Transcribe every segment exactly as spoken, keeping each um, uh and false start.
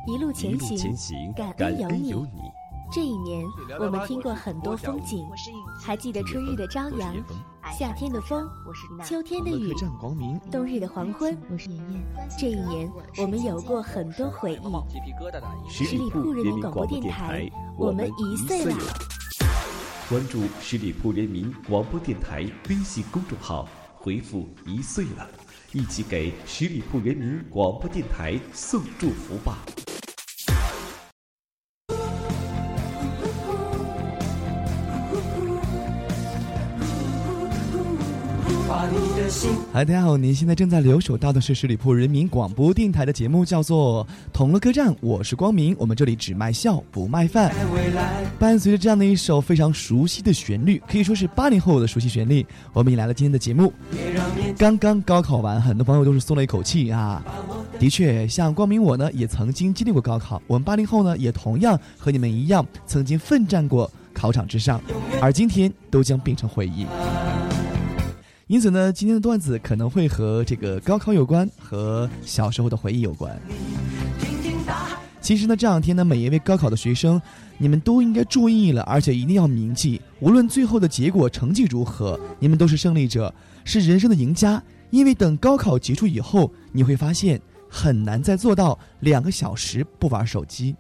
一路前行，感恩有你。这一年，我们听过很多风景，还记得春日的朝阳，夏天的风，秋天的雨，冬日的黄昏。这一年，我们有过很多回忆。十里铺人民广播电台，我们一岁了。 关注十里铺人民广播电台微信公众号，回复一岁了，一起给十里铺人民广播电台送祝福吧。 嗨，大家好，您现在正在留守到的是十里铺人民广播电台的节目，叫做同乐客栈，我是光明，我们这里只卖笑不卖饭。伴随着这样的一首非常熟悉的旋律，可以说是八零后的熟悉旋律，我们迎来了今天的节目。刚刚高考完，很多朋友都是松了一口气啊。的确，像光明我呢，也曾经经历过高考，我们八零后呢，也同样和你们一样，曾经奋战过考场之上，而今天都将变成回忆。因此呢，今天的段子可能会和这个高考有关，和小时候的回忆有关。其实呢，这两天呢，每一位高考的学生，你们都应该注意了，而且一定要铭记，无论最后的结果成绩如何，你们都是胜利者，是人生的赢家。因为等高考结束以后，你会发现很难再做到两个小时不玩手机。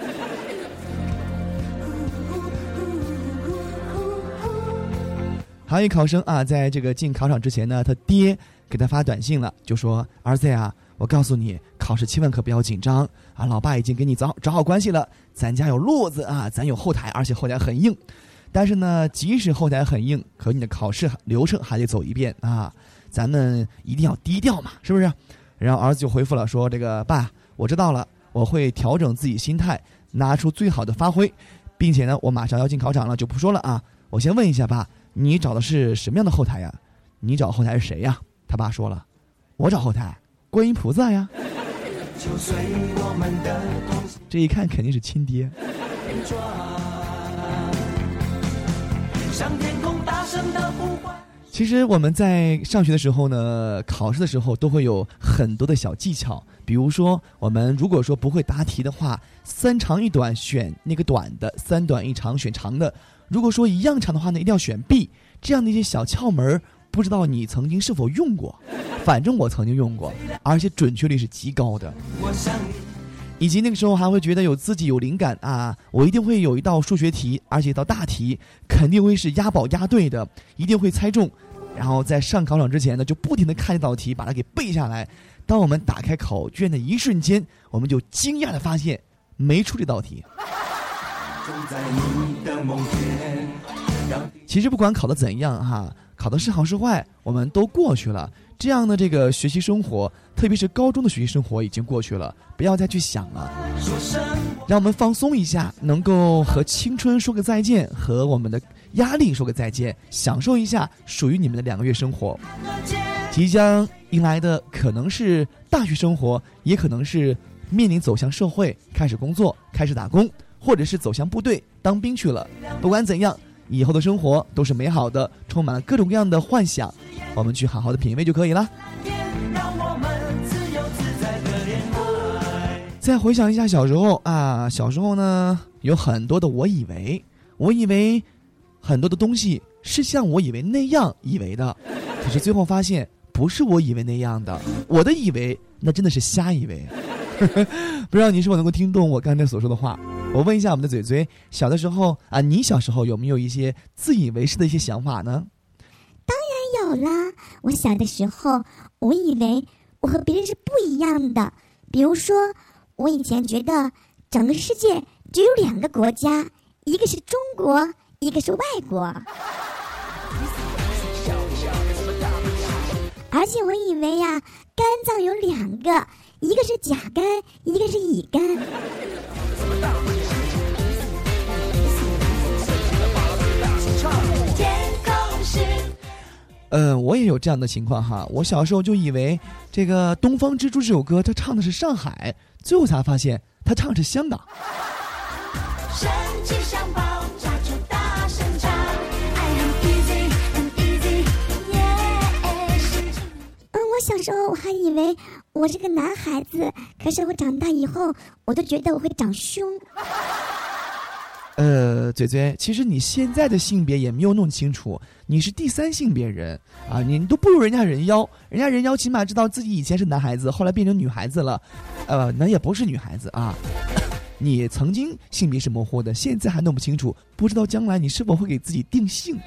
还有一考生啊，在这个进考场之前呢，他爹给他发短信了，就说：“儿子呀，我告诉你，考试千万可不要紧张啊！老爸已经给你找找好关系了，咱家有路子啊，咱有后台，而且后台很硬。但是呢，即使后台很硬，可你的考试流程还得走一遍啊，咱们一定要低调嘛，是不是？”然后儿子就回复了，说：“这个爸，我知道了，我会调整自己心态，拿出最好的发挥，并且呢，我马上要进考场了，就不说了啊。我先问一下爸。”你找的是什么样的后台呀？你找后台是谁呀？他爸说了，我找后台，观音菩萨呀。这一看肯定是亲爹。其实我们在上学的时候呢，考试的时候都会有很多的小技巧，比如说我们如果说不会答题的话，三长一短选那个短的，三短一长选长的。如果说一样长的话呢，一定要选 B。 这样的一些小窍门，不知道你曾经是否用过？反正我曾经用过，而且准确率是极高的。以及那个时候还会觉得有自己有灵感啊，我一定会有一道数学题，而且一道大题肯定会是押宝押对的，一定会猜中。然后在上考场之前呢，就不停地看这道题，把它给背下来。当我们打开考卷的一瞬间，我们就惊讶地发现没出这道题。其实不管考得怎样哈，考的是好是坏，我们都过去了。这样的这个学习生活，特别是高中的学习生活已经过去了，不要再去想了，让我们放松一下，能够和青春说个再见，和我们的压力说个再见，享受一下属于你们的两个月生活。即将迎来的可能是大学生活，也可能是面临走向社会，开始工作，开始打工，或者是走向部队当兵去了。不管怎样，以后的生活都是美好的，充满了各种各样的幻想，我们去好好的品味就可以了。再回想一下小时候啊，小时候呢有很多的我以为，我以为很多的东西是像我以为那样以为的，可是最后发现不是我以为那样的，我的以为那真的是瞎以为。不知道你是否能够听懂我刚才所说的话？我问一下我们的嘴嘴，小的时候啊，你小时候有没有一些自以为是的一些想法呢？ 当然有啦，我小的时候，我以为我和别人是不一样的。比如说，我以前觉得整个世界只有两个国家，一个是中国，一个是外国。而且我以为呀、啊，肝脏有两个，一个是甲肝，一个是乙肝。 呃，我也有这样的情况哈。我小时候就以为这个《东方之珠》这首歌，它唱的是上海，最后才发现它唱的是香港。神奇像爆炸出大声唱 I am easy, I'm easy, yeah。 嗯，我我小时候我还以为我是个男孩子，可是我长大以后，我都觉得我会长胸。 呃，嘴嘴，其实你现在的性别也没有弄清楚，你是第三性别人啊，你都不如人家人妖，人家人妖起码知道自己以前是男孩子，后来变成女孩子了，呃，那也不是女孩子啊。你曾经性别是模糊的，现在还弄不清楚，不知道将来你是否会给自己定性。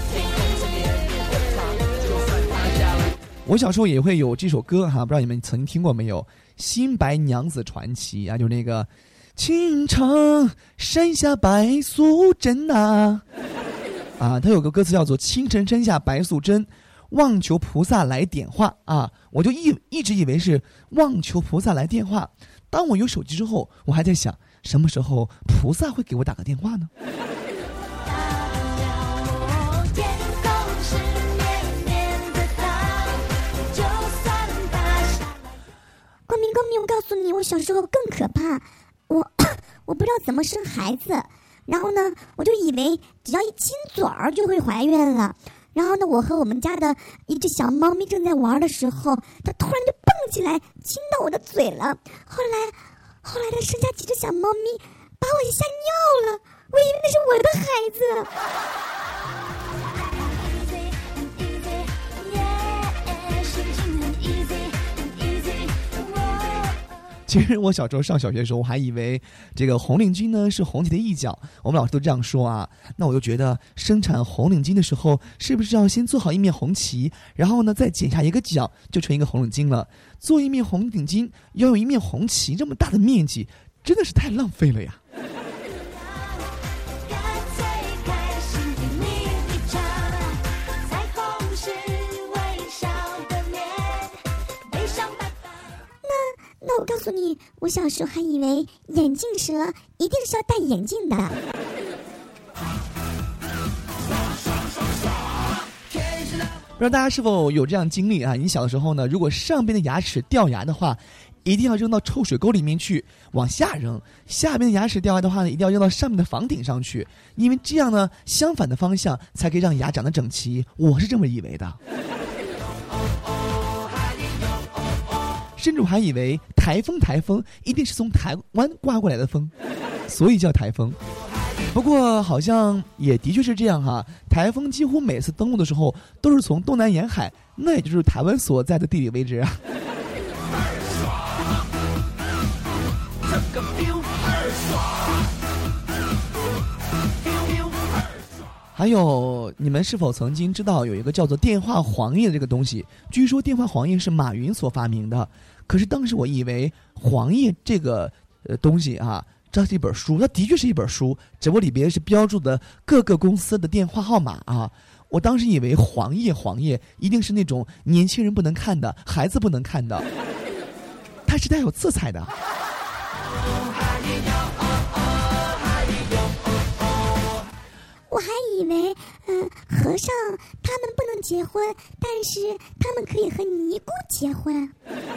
我小时候也会有这首歌哈，不知道你们曾经听过没有？新白娘子传奇啊，就那个青城山下白素贞呐，啊，它有个歌词叫做青城山下白素贞，望求菩萨来点化啊，我就一一直以为是望求菩萨来电话。当我有手机之后，我还在想，什么时候菩萨会给我打个电话呢？ 光明光明，我告诉你，我小时候更可怕，我我不知道怎么生孩子，然后呢，我就以为只要一亲嘴儿就会怀孕了。然后呢，我和我们家的一只小猫咪正在玩的时候，它突然就蹦起来亲到我的嘴了。后来，后来它生下几只小猫咪，把我吓尿了，我以为那是我的孩子。 其实我小时候上小学的时候，我还以为这个红领巾呢是红体的一角，我们老师都这样说啊。那我就觉得生产红领巾的时候，是不是要先做好一面红旗，然后呢再剪下一个角，就成一个红领巾了？做一面红领巾要有一面红旗这么大的面积，真的是太浪费了呀。 那我告诉你，我小时候还以为眼镜蛇一定是要戴眼镜的。 不知道大家是否有这样经历啊？你小的时候呢，如果上边的牙齿掉牙的话，一定要扔到臭水沟里面去，往下扔；下边的牙齿掉牙的话呢，一定要扔到上面的房顶上去，因为这样呢，相反的方向才可以让牙长得整齐。我是这么以为的。甚至我还以为台风台风一定是从台湾刮过来的风，所以叫台风。不过好像也的确是这样哈，台风几乎每次登陆的时候都是从东南沿海，那也就是台湾所在的地理位置啊。还有，你们是否曾经知道有一个叫做电话黄页的这个东西？据说电话黄页是马云所发明的，可是当时我以为黄页这个呃东西啊，这是一本书，它的确是一本书，只不过里边是标注的各个公司的电话号码啊。我当时以为黄页黄页一定是那种年轻人不能看的，孩子不能看的，它是带有色彩的。 我还以为，嗯、呃，和尚他们不能结婚，但是他们可以和尼姑结婚。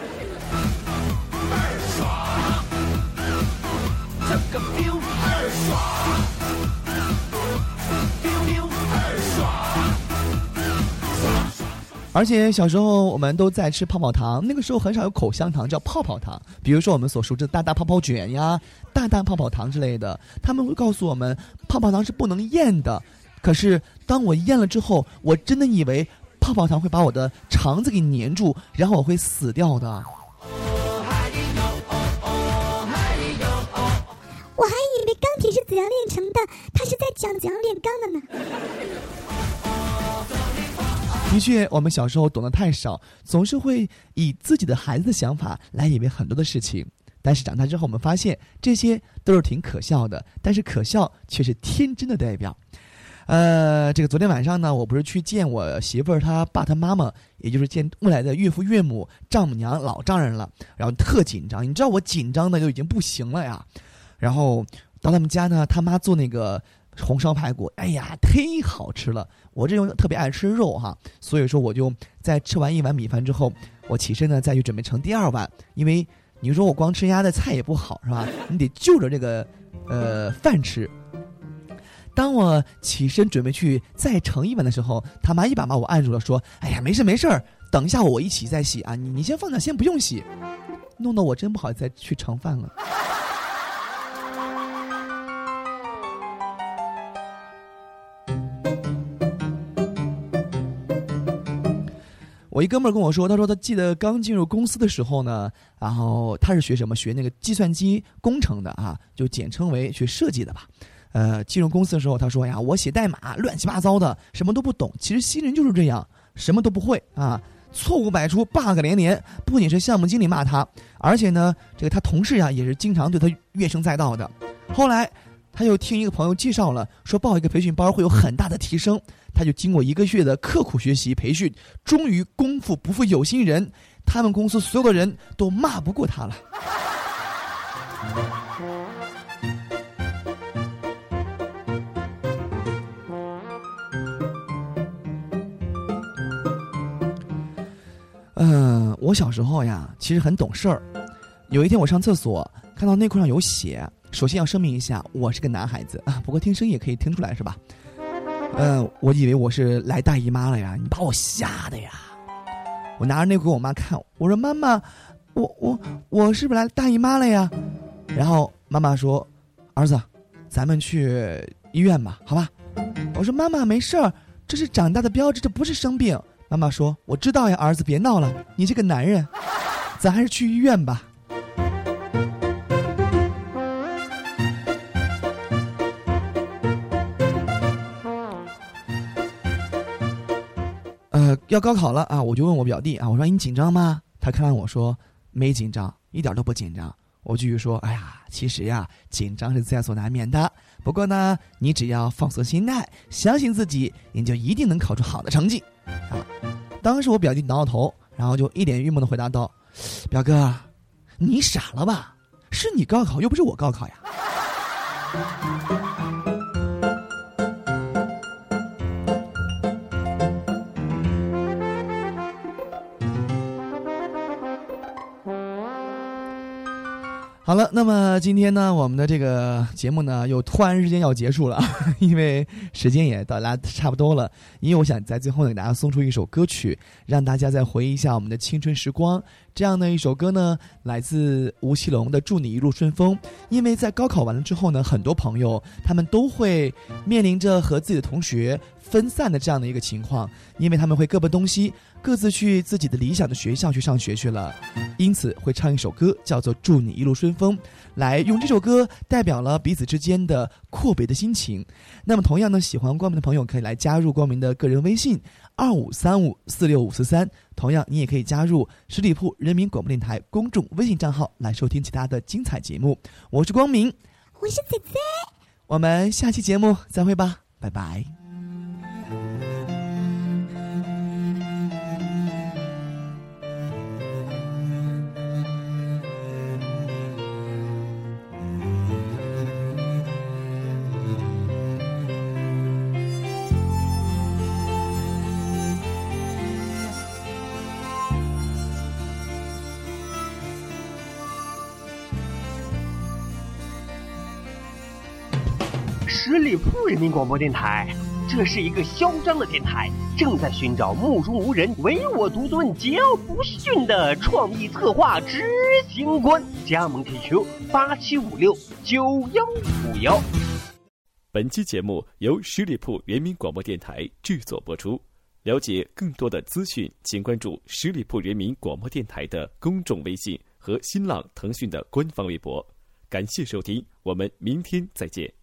二爽，这个 feel 二爽 ，feel feel 二爽。而且小时候我们都在吃泡泡糖，那个时候很少有口香糖叫泡泡糖，比如说我们所熟知的大大泡泡卷呀、大大泡泡糖之类的，他们会告诉我们泡泡糖是不能咽的。可是当我咽了之后，我真的以为泡泡糖会把我的肠子给粘住，然后我会死掉的。 我还以为钢铁是怎样炼成的，他是在讲怎样炼钢的呢。 的确，我们小时候懂得太少，总是会以自己的孩子的想法来以为很多的事情。但是长大之后，我们发现这些都是挺可笑的，但是可笑却是天真的代表。呃，这个昨天晚上呢，我不是去见我媳妇儿她爸她妈妈，也就是见未来的岳父岳母、丈母娘、老丈人了，然后特紧张，你知道我紧张的就已经不行了呀。然后到他们家呢，他妈做那个红烧排骨，哎呀，忒好吃了。我这种特别爱吃肉哈，所以说我就在吃完一碗米饭之后，我起身呢再去准备盛第二碗，因为你说我光吃鸭的菜也不好是吧？你得就着这个呃饭吃。当我起身准备去再盛一碗的时候，他妈一把把我按住了，说：“哎呀，没事没事， 等一下我一起再洗啊，你你先放着，先不用洗，弄得我真不好再去盛饭了。我一哥们儿跟我说，他说他记得刚进入公司的时候呢，然后他是学什么？学那个计算机工程的啊，就简称为学设计的吧。呃，进入公司的时候，他说呀，我写代码乱七八糟的，什么都不懂。其实新人就是这样，什么都不会啊，错误百出 ，bug 连连。不仅是项目经理骂他，而且呢，这个他同事呀也是经常对他怨声载道的。后来他又听一个朋友介绍了，说报一个培训班会有很大的提升。他就经过一个月的刻苦学习培训，终于功夫不负有心人，他们公司所有的人都骂不过他了。嗯、呃，我小时候呀，其实很懂事儿。有一天我上厕所，看到内裤上有血。首先要声明一下，我是个男孩子啊，不过听声音也可以听出来，是吧？嗯、呃，我以为我是来大姨妈了呀，你把我吓的呀！我拿着内裤给我妈看，我说妈妈，我我我是不是来大姨妈了呀？然后妈妈说，儿子，咱们去医院吧，好吧？我说妈妈没事儿，这是长大的标志，这不是生病。妈妈说，我知道呀，儿子别闹了，你这个男人，咱还是去医院吧。呃，要高考了啊，我就问我表弟啊，我说你紧张吗？他看看我说没紧张，一点都不紧张。我继续说，哎呀，其实呀，紧张是在所难免的。不过呢，你只要放松心态，相信自己，你就一定能考出好的成绩啊！当时我表弟挠挠头，然后就一脸郁闷的回答道：“表哥，你傻了吧？是你高考，又不是我高考呀。”好了，那么今天呢，我们的这个节目呢，又突然之间要结束了，因为时间也到达差不多了。因为我想在最后呢，给大家送出一首歌曲，让大家再回忆一下我们的青春时光。这样的一首歌呢，来自吴奇隆的《祝你一路顺风》。因为在高考完了之后呢，很多朋友他们都会面临着和自己的同学分散的这样的一个情况，因为他们会各奔东西，各自去自己的理想的学校去上学去了，因此会唱一首歌叫做《祝你一路顺风》，来用这首歌代表了彼此之间的阔别的心情。那么同样呢，喜欢光明的朋友可以来加入光明的个人微信二五三五四六五四三，同样你也可以加入十里铺人民广播电台公众微信账号来收听其他的精彩节目。我是光明， 我是仔仔， 我们下期节目再会吧，拜拜。 十里铺人民广播电台，这是一个嚣张的电台，正在寻找目中无人、唯我独尊、桀骜不驯的创意策划执行官。加盟 Q Q 八七五六九幺五幺。 本期节目由十里铺人民广播电台制作播出。了解更多的资讯，请关注十里铺人民广播电台的公众微信和新浪、腾讯的官方微博。感谢收听，我们明天再见。